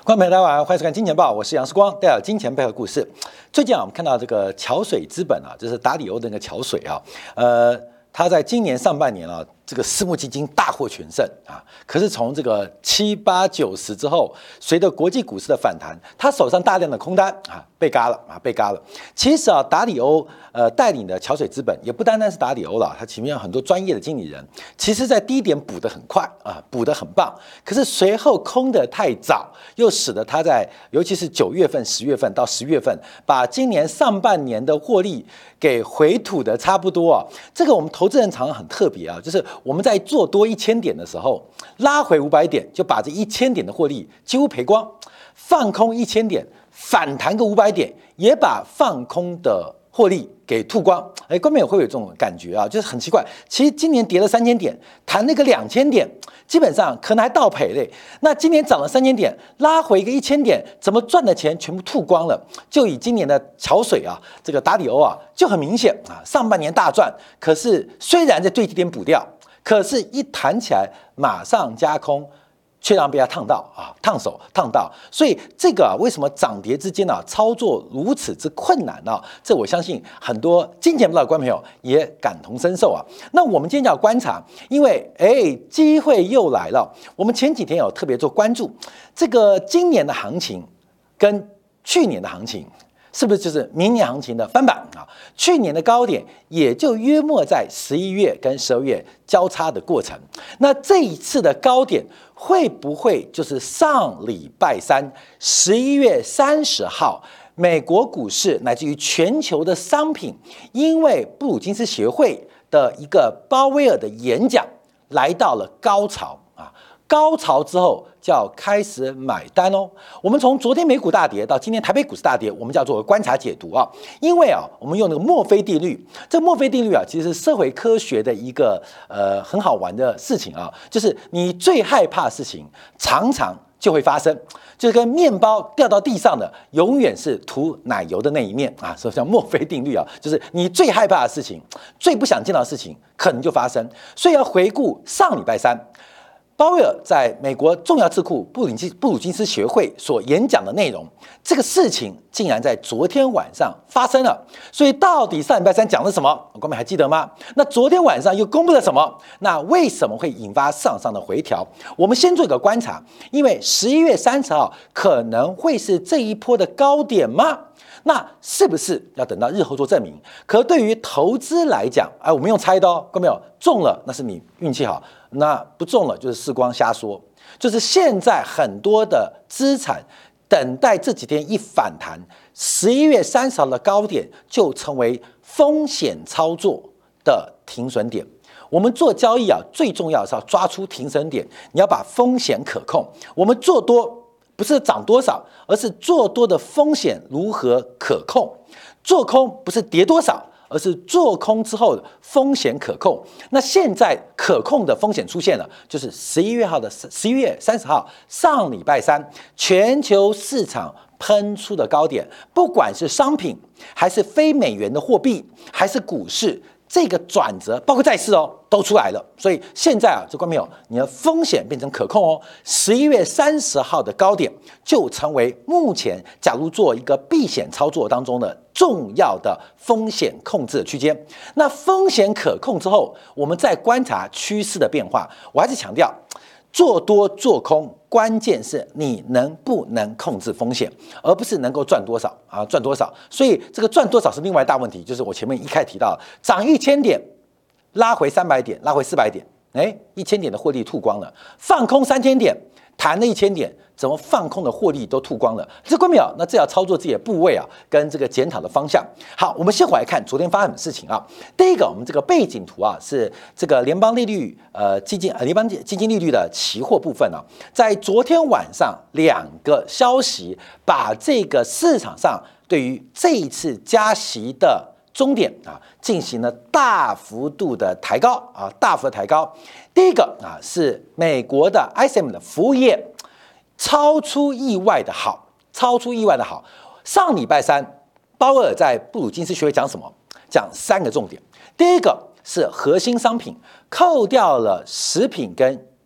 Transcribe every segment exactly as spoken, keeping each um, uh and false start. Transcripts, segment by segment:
观众朋友大家晚上好，欢迎收看《金钱报》，我是杨世光，带来金钱背后故事。最近啊，我们看到这个桥水资本啊，就是达里欧的那个桥水啊，呃，他在今年上半年啊，这个私募基金大获全胜啊。可是从这个七八九十之后，随着国际股市的反弹，他手上大量的空单啊被嘎了啊被嘎了。其实啊，达里欧呃带领的桥水资本也不单单是达里欧了，他前面有很多专业的经理人，其实在低点补得很快啊，补得很棒。可是随后空得太早，又使得他在尤其是九月份、十月份到十月份，把今年上半年的获利给回吐的差不多啊。这个我们投资人常常很特别啊，就是我们在做多一千点的时候，拉回五百点，就把这一千点的获利几乎赔光；放空一千点，反弹个五百点，也把放空的获利给吐光。哎，观众也会有这种感觉啊，就是很奇怪。其实今年跌了三千点，弹那个两千点，基本上可能还倒赔嘞。那今年涨了三千点，拉回一个一千点，怎么赚的钱全部吐光了？就以今年的桥水啊，这个达里欧啊，就很明显啊，上半年大赚，可是虽然在最低点补掉，可是一弹起来马上加空。却让被他烫到啊，烫手烫到，所以这个啊，为什么涨跌之间啊操作如此之困难呢、啊？这我相信很多金钱不到的观众朋友也感同身受啊。那我们今天要观察，因为哎，机会又来了。我们前几天有特别做关注，这个今年的行情跟去年的行情。是不是就是明年行情的翻版啊？去年的高点也就约莫在十一月跟十二月交叉的过程。那这一次的高点会不会就是上礼拜三十一月三十号美国股市乃至于全球的商品，因为布鲁金斯协会的一个鲍威尔的演讲来到了高潮啊？高潮之后就要开始买单哦。我们从昨天美股大跌到今天台北股市大跌，我们叫做观察解读啊。因为啊，我们用那个墨菲定律，这墨菲定律啊，其实是社会科学的一个呃很好玩的事情啊，就是你最害怕的事情常常就会发生，就是跟面包掉到地上的永远是涂奶油的那一面啊，所以叫墨菲定律啊，就是你最害怕的事情、最不想见到的事情，可能就发生。所以要回顾上礼拜三。鲍威尔在美国重要智库布鲁金布鲁金斯学会所演讲的内容，这个事情竟然在昨天晚上发生了。所以到底上礼拜三讲了什么？观众们还记得吗？那昨天晚上又公布了什么？那为什么会引发上上的回调？我们先做一个观察，因为十一月三十号可能会是这一波的高点吗？那是不是要等到日后做证明？可对于投资来讲，哎，我们用猜的哦，看到没有？中了那是你运气好，那不中了就是世光瞎说。就是现在很多的资产等待这几天一反弹，十一月三十号的高点就成为风险操作的停损点。我们做交易啊，最重要的是要抓出停损点，你要把风险可控。我们做多。不是涨多少，而是做多的风险如何可控；做空不是跌多少，而是做空之后的风险可控。那现在可控的风险出现了，就是十一月号的十一月三十号上礼拜三，全球市场喷出的高点，不管是商品，还是非美元的货币，还是股市。这个转折包括债市哦，都出来了，所以现在啊，这观众朋友，你的风险变成可控哦。十一月三十号的高点就成为目前假如做一个避险操作当中的重要的风险控制的区间。那风险可控之后，我们再观察趋势的变化。我还是强调，做多做空。关键是你能不能控制风险，而不是能够赚多少啊，赚多少。所以这个赚多少是另外大问题，就是我前面一开始提到，涨一千点，拉回三百点，拉回四百点，哎，一千点的获利吐光了；放空三千点，弹了一千点，怎么放空的获利都吐光了？这关秒，那这要操作自己的部位啊，跟这个检讨的方向。好，我们先回来看昨天发生的事情啊。第一个，我们这个背景图啊，是这个联邦利率呃基金呃联邦基金利率的期货部分啊，在昨天晚上两个消息把这个市场上对于这一次加息的终点啊，进行了大幅度的抬高啊，大幅的抬高。第一个啊，是美国的 I S M 的服务业超出意外的好，超出意外的好。上礼拜三，鲍威尔在布鲁金斯学会讲什么？讲三个重点。第一个是核心商品，扣掉了食品跟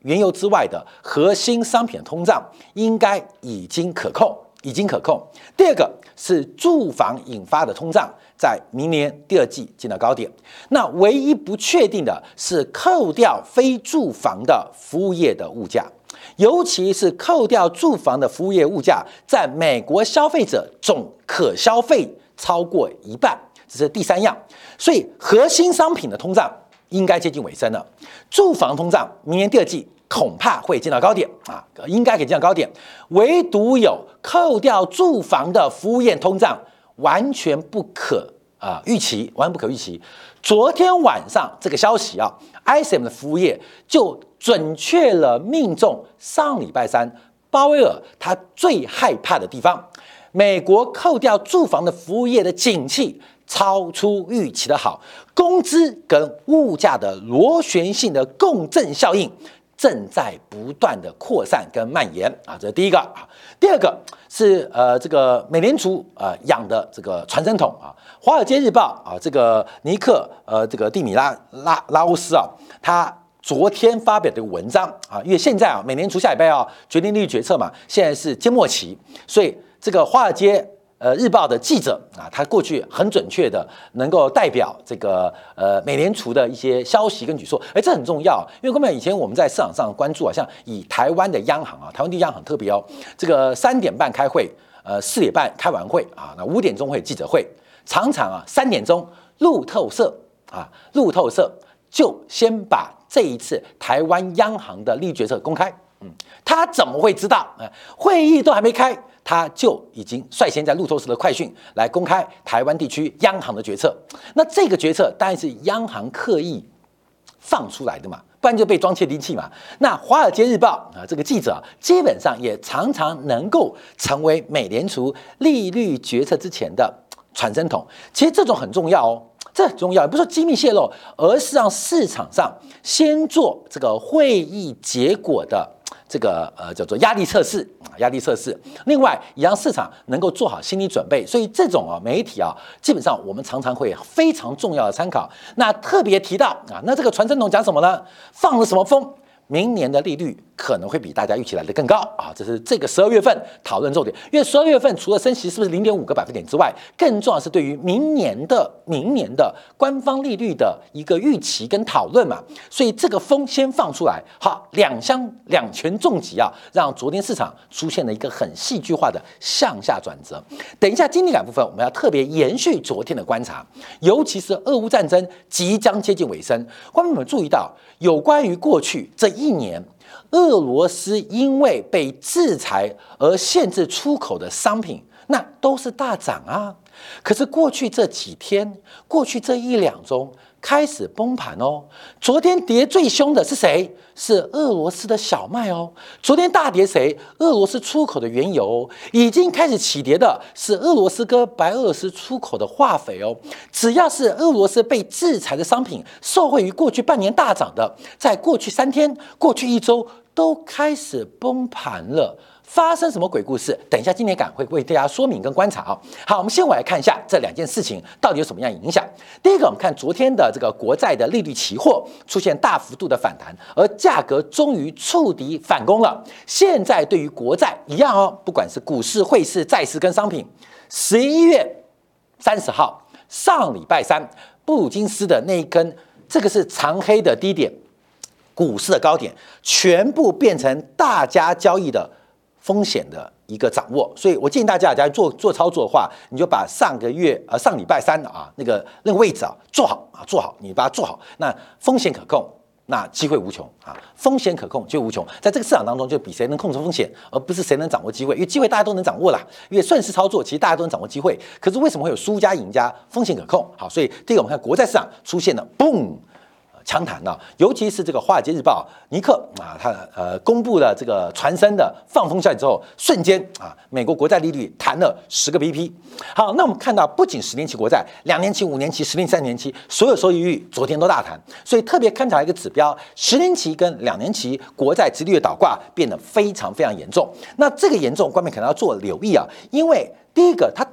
原油之外的核心商品的通胀应该已经可控，已经可控。第二个是住房引发的通胀，在明年第二季见到高点。那唯一不确定的是扣掉非住房的服务业的物价，尤其是扣掉住房的服务业物价，在美国消费者总可消费超过一半，这是第三样。所以核心商品的通胀应该接近尾声了，住房通胀明年第二季恐怕会见到高点啊，应该可以见到高点。唯独有扣掉住房的服务业通胀，完全不可啊预期，完全不可预期。昨天晚上这个消息啊 ，I S M 的服务业就准确了命中上礼拜三鲍威尔他最害怕的地方。美国扣掉住房的服务业的景气超出预期的好，工资跟物价的螺旋性的共振效应正在不断的扩散跟蔓延啊，这是第一个啊。第二个是呃这个美联储呃养的这个传声筒啊，《华尔街日报》啊，这个尼克呃这个蒂米拉拉拉乌斯啊，他昨天发表的文章啊，因为现在啊美联储下礼拜要决定利率决策嘛，现在是缄默期，所以这个华尔街呃日报的记者啊，他过去很准确的能够代表这个呃美联储的一些消息跟举措，哎，这很重要，因为根本以前我们在市场上关注啊，像以台湾的央行啊，台湾地区央行特别哦，这个三点半开会，呃四点半开完会啊，那五点钟会有记者会，常常啊三点钟路透社啊路透社就先把这一次台湾央行的利率决策公开，嗯，他怎么会知道？呃，会议都还没开，他就已经率先在路透社的快讯来公开台湾地区央行的决策。那这个决策当然是央行刻意放出来的嘛，不然就被装窃听器嘛。那《华尔街日报》啊，这个记者基本上也常常能够成为美联储利率决策之前的传声筒。其实这种很重要哦。这很重要，也不是说机密泄露，而是让市场上先做这个会议结果的这个呃叫做压力测试啊，压力测试。另外也让市场能够做好心理准备。所以这种啊媒体啊，基本上我们常常会非常重要的参考。那特别提到啊，那这个传声筒讲什么呢？放了什么风？明年的利率可能会比大家预期来的更高啊，这是这个十二月份讨论重点。因为十二月份除了升息是不是零点五个百分点之外，更重要的是对于明年的明年的官方利率的一个预期跟讨论嘛。所以这个风先放出来，好，两相两权重击啊，让昨天市场出现了一个很戏剧化的向下转折。等一下经济感部分，我们要特别延续昨天的观察，尤其是俄乌战争即将接近尾声，观众们注意到有关于过去这一年，俄罗斯因为被制裁而限制出口的商品，那都是大涨啊。可是过去这几天，过去这一两周开始崩盘哦。昨天跌最凶的是谁？是俄罗斯的小麦哦。昨天大跌谁？俄罗斯出口的原油哦。已经开始起跌的是俄罗斯跟白俄罗斯出口的化肥哦。只要是俄罗斯被制裁的商品，受惠于过去半年大涨的，在过去三天、过去一周都开始崩盘了。发生什么鬼故事？等一下，今天感会为大家说明跟观察啊。好，我们先来看一下这两件事情到底有什么样影响。第一个，我们看昨天的这个国债的利率期货出现大幅度的反弹，而价格终于触底反攻了。现在对于国债一样哦，不管是股市、汇市、债市跟商品，十一月三十号上礼拜三布鲁金斯的那一根，这个是长黑的低点，股市的高点，全部变成大家交易的风险的一个掌握。所以我建议大家，假如做做操作的话，你就把上个月呃上礼拜三啊那个那个位置啊做好啊做好，你把它做好，那风险可控，那机会无穷啊，风险可控，机会无穷。在这个市场当中，就比谁能控制风险，而不是谁能掌握机会。因为机会大家都能掌握啦，因为顺势操作，其实大家都能掌握机会。可是为什么会有输家赢家？风险可控。好，所以第一个我们看国债市场出现了嘣强弹啊，尤其是这个《华尔街日报》尼克啊，他呃公布了这个传声的放风消息之后，瞬间啊，美国国债利率弹了十个 B P。好，那我们看到，不仅十年期国债、两年期、五年期、十年期、三年期，所有收益率昨天都大弹，所以特别看出一个指标，十年期跟两年期国债殖利率倒挂变得非常非常严重。那这个严重，观众可能要做留意啊，因为第一个，它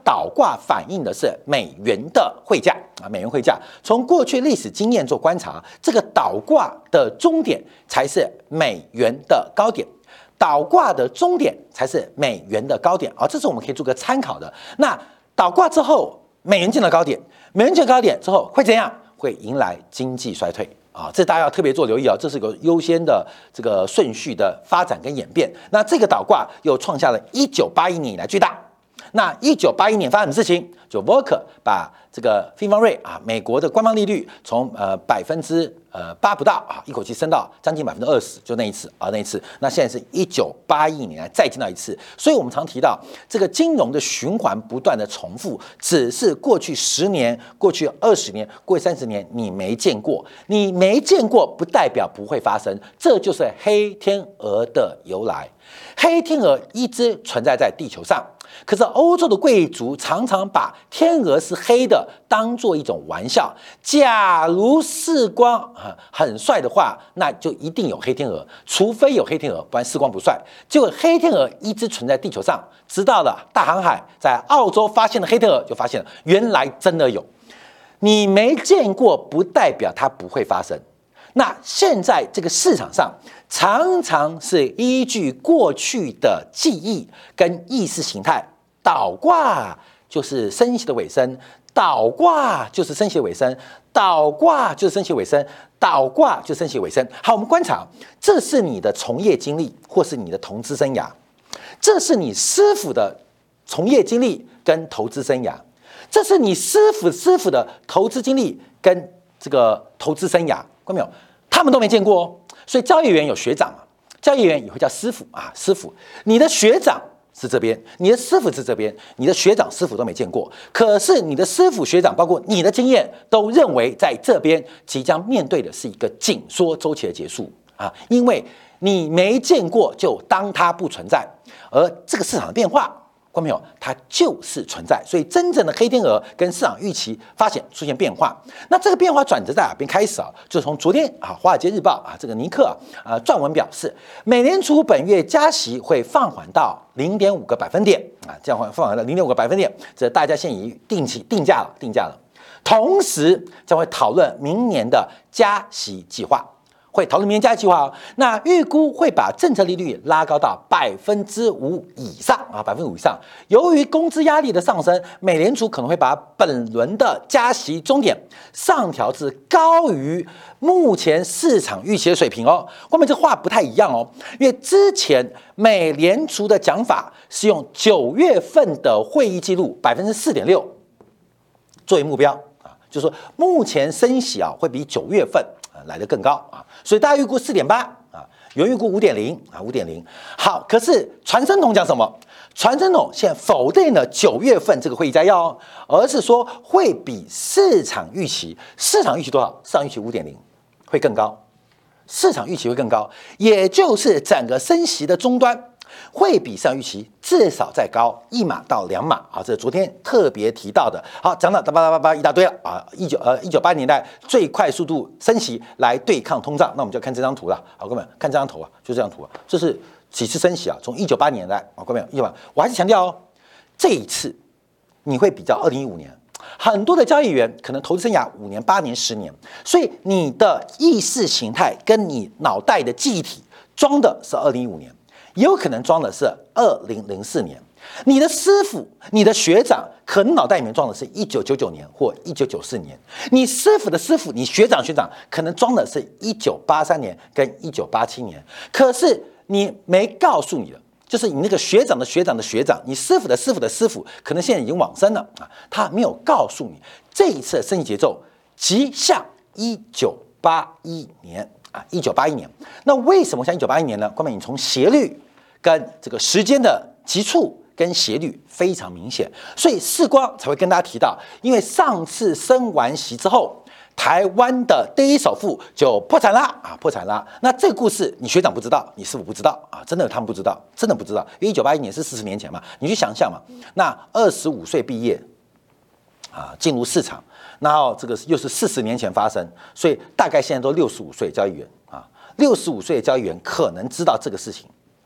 倒挂反映的是美元的汇价啊，美元汇价。从过去历史经验做观察，这个倒挂的终点才是美元的高点，倒挂的终点才是美元的高点啊，这是我们可以做个参考的。那倒挂之后，美元见了高点，美元见了高点之后会怎样？会迎来经济衰退。啊，这大家要特别做留意啊，这是个优先的这个顺序的发展跟演变。那这个倒挂又创下了一九八一年以来最大。那一九八一年发生什么事情？就 Volcker 把这个非方瑞啊，美国的官方利率从呃百分之呃八不到啊，一口气升到将近百分之二十，就那一次啊，那一次。那现在是一九八一年来再见到一次，所以我们常提到这个金融的循环不断的重复，只是过去十年、过去二十年、过去三十年你没见过，你没见过不代表不会发生，这就是黑天鹅的由来。黑天鹅一直存在在地球上。可是欧洲的贵族常常把天鹅是黑的当做一种玩笑。假如世光啊很帅的话，那就一定有黑天鹅，除非有黑天鹅，不然世光不帅。结果黑天鹅一直存在地球上，直到了大航海在澳洲发现了黑天鹅，就发现了原来真的有。你没见过不代表它不会发生。那现在这个市场上常常是依据过去的记忆跟意识形态，倒挂就是升息的尾声，倒挂就是升息的尾声，倒挂就是升息尾声，倒挂就是升息尾声。好，我们观察，这是你的从业经历或是你的投资生涯，这是你师傅的从业经历跟投资生涯，这是你师傅师傅的投资经历跟这个投资生涯，看到没有？他们都没见过哦，所以交易员有学长嘛，交易员也会叫师傅啊，师傅，你的学长是这边，你的师傅是这边，你的学长师傅都没见过，可是你的师傅学长包括你的经验都认为在这边即将面对的是一个紧缩周期的结束啊，因为你没见过就当它不存在，而这个市场的变化。观众朋友，它就是存在，所以真正的黑天鹅跟市场预期发现出现变化。那这个变化转折在哪边开始啊？就从昨天啊，《华尔街日报》啊，这个尼克啊撰文表示，美联储本月加息会放缓到零点五个百分点啊，这样放缓到零点五个百分点，这大家现已定期定价了，定价了。同时将会讨论明年的加息计划。会讨论明年加息计划哦，那预估会把政策利率拉高到百分之五以上啊，百分之五以上。由于工资压力的上升，美联储可能会把本轮的加息终点上调至高于目前市场预期的水平哦。后面这话不太一样哦，因为之前美联储的讲法是用九月份的会议记录百分之四点六作为目标啊，就是说目前升息啊会比九月份来得更高啊，所以大家预估四点八啊，有人预估五点零啊，五点零。好，可是传声筒讲什么？传声筒现在否定了九月份这个会议摘要哦，而是说会比市场预期，市场预期多少？市场预期五点零，会更高，市场预期会更高，也就是整个升息的终端。会比上预期至少再高一码到两码啊，这是昨天特别提到的。好，讲到叭叭叭叭一大堆了啊，一九呃一九八零年代最快速度升息来对抗通胀，那我们就看这张图了。好，各位看这张图啊，就这张图啊，这是几次升息啊？从一九八零年代啊，各位一九八，我还是强调哦，这一次你会比较二零一五年。很多的交易员可能投资生涯五年、八年、十年，所以你的意识形态跟你脑袋的记忆体装的是二零一五年。也有可能装的是二零零四年，你的师傅、你的学长可能脑袋里面装的是一九九九年或一九九四年，你师傅的师傅、你学长学长可能装的是一九八三年跟一九八七年，可是你没告诉你的，就是你那个学长的学长的学长，你师傅的师傅的师傅，可能现在已经往生了啊，他没有告诉你这一次的升息节奏极像一九八一年啊，一九八一年。那为什么像一九八一年呢？关键你从斜率跟这个时间的急促跟斜率非常明显，所以世光才会跟大家提到，因为上次升完息之后，台湾的第一首富就破产啦啊，破产啦。那这个故事你学长不知道，你师傅不知道啊，真的他们不知道，真的不知道，因为一九八一年是四十年前嘛，你去想象嘛，那二十五岁毕业啊，进入市场，然后这个又是四十年前发生，所以大概现在都六十五岁交易员啊，六十五岁的交易员可能知道这个事情。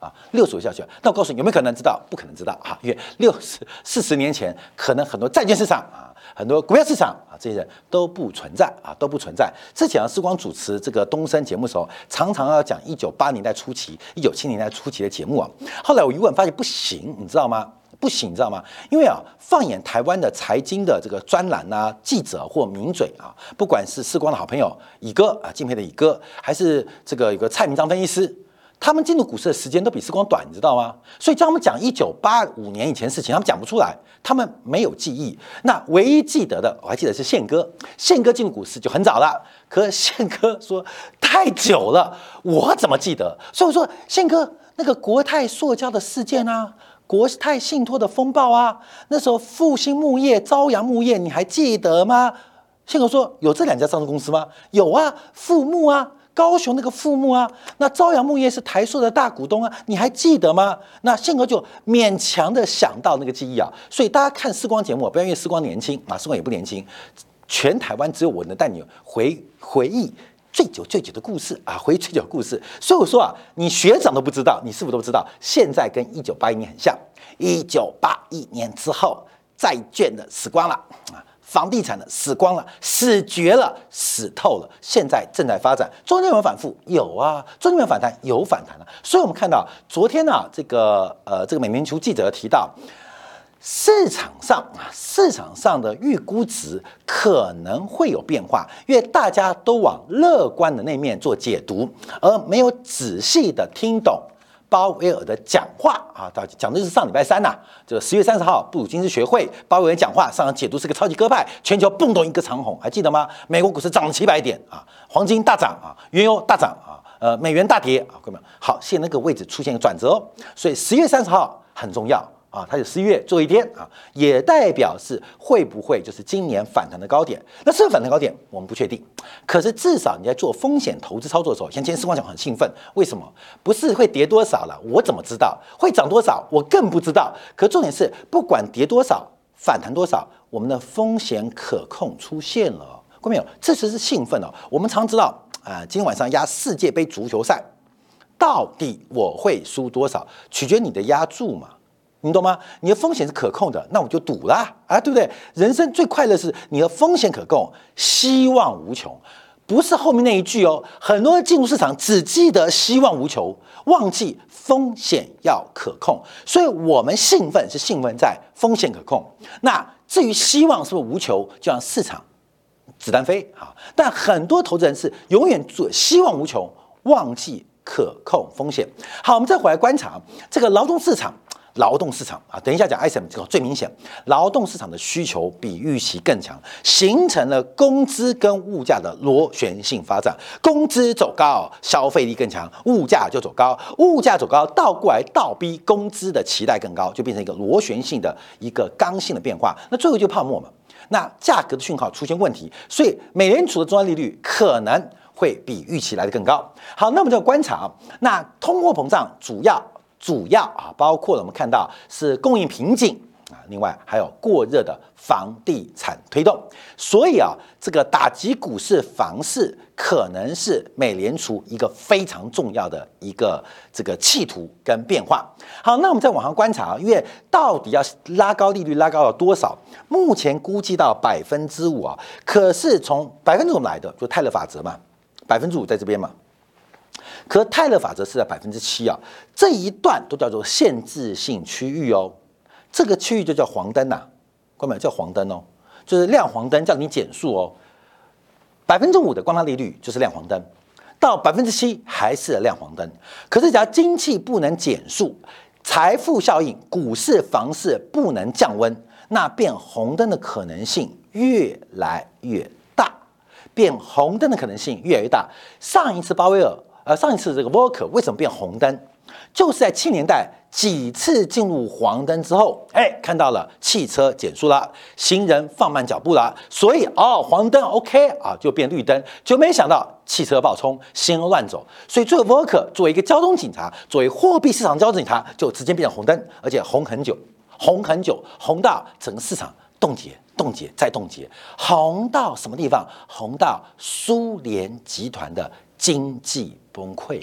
啊，六十五下去。那我告诉你，有没有可能知道？不可能知道啊，因为六十四十年前，可能很多债券市场啊，很多股票市场啊，这些人都不存在啊，都不存在。之前啊，时光主持这个东升节目的时候，常常要讲一九八年代初期、一九七零年代初期的节目啊。后来我一问，发现不行，你知道吗？不行，你知道吗？因为啊，放眼台湾的财经的这个专栏啊，记者或名嘴啊，不管是世光的好朋友乙哥啊，敬佩的乙哥，还是这个有个蔡明章分析师。他们进入股市的时间都比时光短，你知道吗？所以叫他们讲一九八五年以前的事情，他们讲不出来，他们没有记忆。那唯一记得的，我还记得是宪哥，宪哥进入股市就很早了，可是宪哥说太久了，我怎么记得？所以我说宪哥那个国泰塑胶的事件啊，国泰信托的风暴啊，那时候复兴木业、朝阳木业，你还记得吗？宪哥说有这两家上市公司吗？有啊，富木啊。高雄那个富木啊，那朝阳木业是台塑的大股东啊，你还记得吗？那宪哥就勉强的想到那个记忆啊，所以大家看时光节目，不要因为时光年轻啊，时光也不年轻，全台湾只有我能带你回回忆最久最久的故事啊，回忆最久的故事。所以我说啊，你学长都不知道，你是不是都不知道？现在跟一九八一年很像，一九八一年之后，债券的死光了啊。房地产的死光了，死绝了，死透了。现在正在发展，中间有没有反复？有啊，中间有没有反弹？有反弹了。所以我们看到昨天呢、啊，这个呃，这个美联储记者提到，市场上啊，市场上的预估值可能会有变化，因为大家都往乐观的那面做解读，而没有仔细的听懂鲍威尔的讲话啊，讲的是上礼拜三呐、啊，这个十月三十号布鲁金斯学会，鲍威尔讲话，上场解读是个超级鸽派，全球蹦动一个长虹，还记得吗？美国股市涨了七百点啊，黄金大涨啊，原油大涨啊，呃，美元大跌啊，各位们，好，现在那个位置出现一个转折哦，所以十月三十号很重要。啊，它有十一月最后一天啊，也代表是会不会就是今年反弹的高点？那是不是反弹高点，我们不确定。可是至少你在做风险投资操作的时候，像今天时光讲很兴奋，为什么？不是会跌多少了，我怎么知道？会涨多少，我更不知道。可重点是，不管跌多少，反弹多少，我们的风险可控出现了，看到没有？这只是兴奋哦。我们常知道啊、呃，今天晚上压世界杯足球赛，到底我会输多少，取决你的压注嘛。你懂吗？你的风险是可控的，那我就赌啦，啊，对不对？人生最快乐是你的风险可控，希望无穷，不是后面那一句哦。很多人进入市场只记得希望无穷，忘记风险要可控。所以我们兴奋是兴奋在风险可控。那至于希望是不是无穷，就让市场子弹飞啊。但很多投资人是永远做希望无穷，忘记可控风险。好，我们再回来观察这个劳动市场。劳动市场啊，等一下讲 I S M 这个最明显，劳动市场的需求比预期更强，形成了工资跟物价的螺旋性发展。工资走高，消费力更强，物价就走高，物价走高倒过来倒逼工资的期待更高，就变成一个螺旋性的一个刚性的变化。那最后就泡沫嘛，那价格的讯号出现问题，所以美联储的终端利率可能会比预期来得更高。好，那我们就要观察，那通货膨胀主要。主要啊，包括了我们看到是供应瓶颈啊，另外还有过热的房地产推动，所以啊，这个打击股市、房市可能是美联储一个非常重要的一个这个企图跟变化。好，那我们再往上观察，因为到底要拉高利率，拉高到多少？目前估计到百分之五啊，可是从百分之五来的，就泰勒法则嘛，百分之五在这边嘛。可泰勒法则是在百分之七啊，这一段都叫做限制性区域哦，这个区域就叫黄灯呐、啊，关没有叫黄灯哦，就是亮黄灯叫你减速哦，百分之五的官方利率就是亮黄灯，到百分之七还是亮黄灯。可是只要经济不能减速，财富效应、股市、房市不能降温，那变红灯的可能性越来越大，变红灯的可能性越来越大。上一次鲍威尔。呃，上一次这个 Volcker 为什么变红灯？就是在七年代几次进入黄灯之后，哎，看到了汽车减速了，行人放慢脚步了，所以哦，黄灯 OK 啊，就变绿灯，就没想到汽车爆冲，行人乱走，所以最后 Volcker 作为一个交通警察，作为货币市场交通警察，就直接变成红灯，而且红很久，红很久，红到整个市场冻结。冻结再冻结，红到什么地方？红到苏联集团的经济崩溃。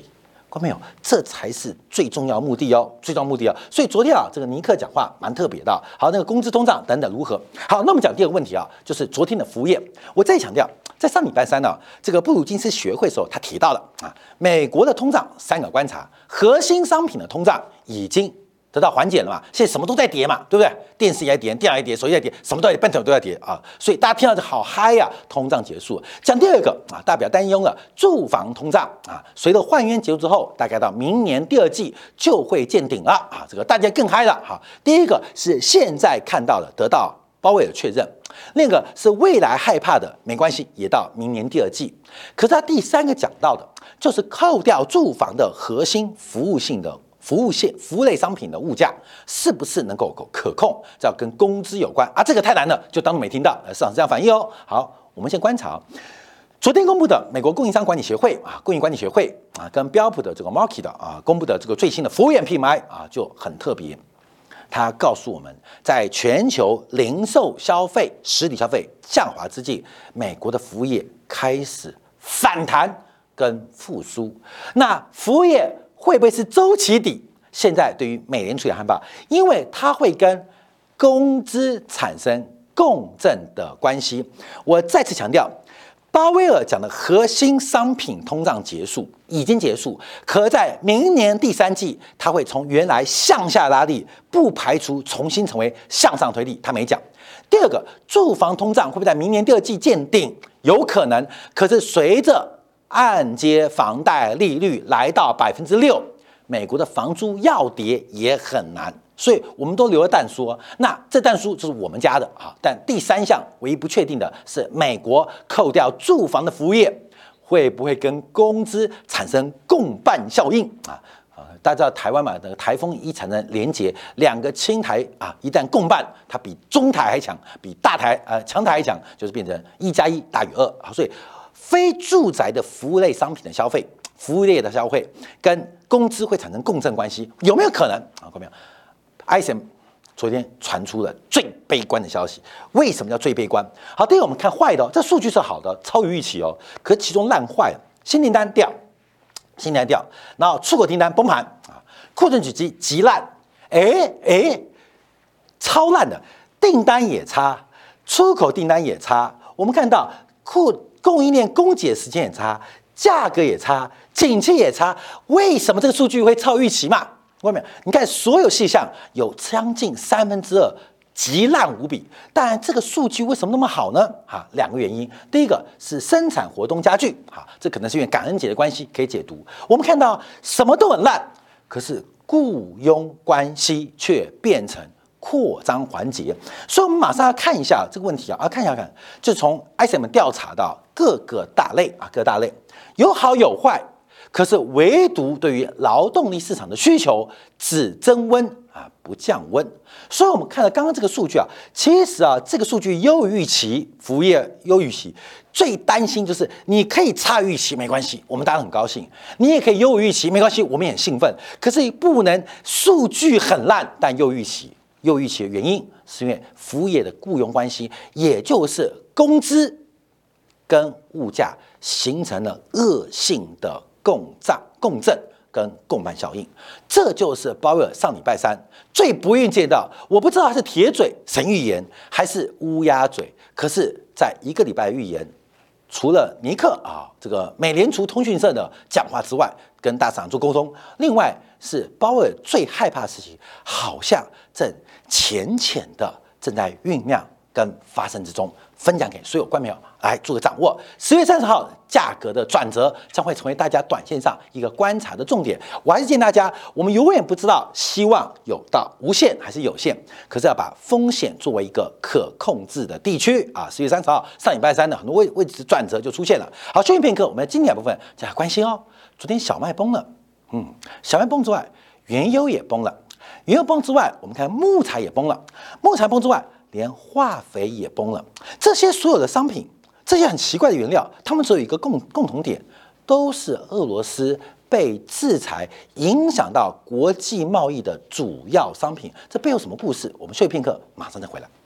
看到没有？这才是最重要目的哦，最重要目的哦。所以昨天啊，这个尼克讲话蛮特别的。好，那个工资通胀等等如何？好，那我们讲第二个问题啊，就是昨天的服务业。我再强调，在上礼拜三呢、啊，这个布鲁金斯学会的时候，他提到了啊，美国的通胀三个观察，核心商品的通胀已经得到缓解了嘛？现在什么都在跌嘛，对不对？电视也在跌，电脑也在跌，手机也在跌，什么都在跌，半桶都在跌啊！所以大家听到这好嗨呀、啊，通胀结束。讲第二个啊，大家比较担忧了，住房通胀啊，随着换约结束之后，大概到明年第二季就会见顶了啊！这个大家更嗨了哈。第一个是现在看到的，得到鲍威尔确认；另一个是未来害怕的，没关系，也到明年第二季。可是他第三个讲到的，就是扣掉住房的核心服务性的。服务线、服务类商品的物价是不是能够可控？这要跟工资有关啊，这个太难了，就当没听到。市场是这样反应哦。好，我们先观察昨天公布的美国供应商管理协会啊，供应管理协会啊，跟标普的这个 Market 啊公布的这个最新的服务业 P M I 啊，就很特别。它告诉我们，在全球零售消费、实体消费下滑之际，美国的服务业开始反弹跟复苏。那服务业会不会是周期底？现在对于美联储的看法，因为它会跟工资产生共振的关系。我再次强调，鲍威尔讲的核心商品通胀结束已经结束，可在明年第三季，它会从原来向下拉力，不排除重新成为向上推力。他没讲。第二个，住房通胀会不会在明年第二季见顶？有可能，可是随着按揭房贷利率来到百分之六，美国的房租要跌也很难，所以我们都留了蛋书。那这蛋书就是我们家的啊。但第三项唯一不确定的是，美国扣掉住房的服务业，会不会跟工资产生共伴效应啊？大家知道台湾嘛，那个台风一产生连结，两个轻台啊，一旦共伴，它比中台还强，比大台呃强台还强，就是变成一加一大于二啊。所以非住宅的服务类商品的消费，服务类的消费跟工资会产生共振关系，有没有可能啊？看到没有 ？I S M 昨天传出了最悲观的消息，为什么叫最悲观？好，第一个我们看坏的、哦，这数据是好的，超于预期哦，可是其中烂坏了，新订单掉，新订单掉，然后出口订单崩盘啊，库存取极极烂，哎哎，超烂的，订单也差，出口订单也差，我们看到库。供应链供给时间也差，价格也差，景气也差，为什么这个数据会超预期嘛？外面你看所有细项有将近三分之二极烂无比，但这个数据为什么那么好呢？哈，两个原因，第一个是生产活动加剧，哈，这可能是因为感恩节的关系可以解读。我们看到什么都很烂，可是雇佣关系却变成扩张环节，所以我们马上要看一下这个问题啊，啊看一下看，就从 I S M 调查到各个大类啊，各个大类有好有坏，可是唯独对于劳动力市场的需求只增温啊，不降温。所以我们看到刚刚这个数据啊，其实啊这个数据优于预期，服务业优于预期，最担心就是你可以差于预期没关系，我们大家很高兴；你也可以优于预期没关系，我们也很兴奋。可是不能数据很烂但优于预期。优于预期的原因是因为服务业的雇佣关系，也就是工资跟物价形成了恶性的共涨、共振跟共伴效应。这就是鲍威尔上礼拜三最不愿意见到。我不知道他是铁嘴神预言还是乌鸦嘴，可是在一个礼拜预言，除了尼克啊这个美联储通讯社的讲话之外，跟大市场做沟通，另外是鲍威尔最害怕的事情，好像正浅浅的正在酝酿跟发生之中，分享给所有观众朋友来做个掌握。十月三十号价格的转折将会成为大家短线上一个观察的重点。我还是建议大家，我们永远不知道希望有到无限还是有限，可是要把风险作为一个可控制的地区啊。十月三十号上礼拜三的很多位位置转折就出现了。好，休息片刻，我们的经典部分大家关心哦。昨天小麦崩了，嗯，小麦崩之外，原油也崩了。原油崩之外，我们看木材也崩了，木材崩之外，连化肥也崩了。这些所有的商品，这些很奇怪的原料，它们只有一个共共同点，都是俄罗斯被制裁影响到国际贸易的主要商品。这背后什么故事？我们休息片刻，马上再回来。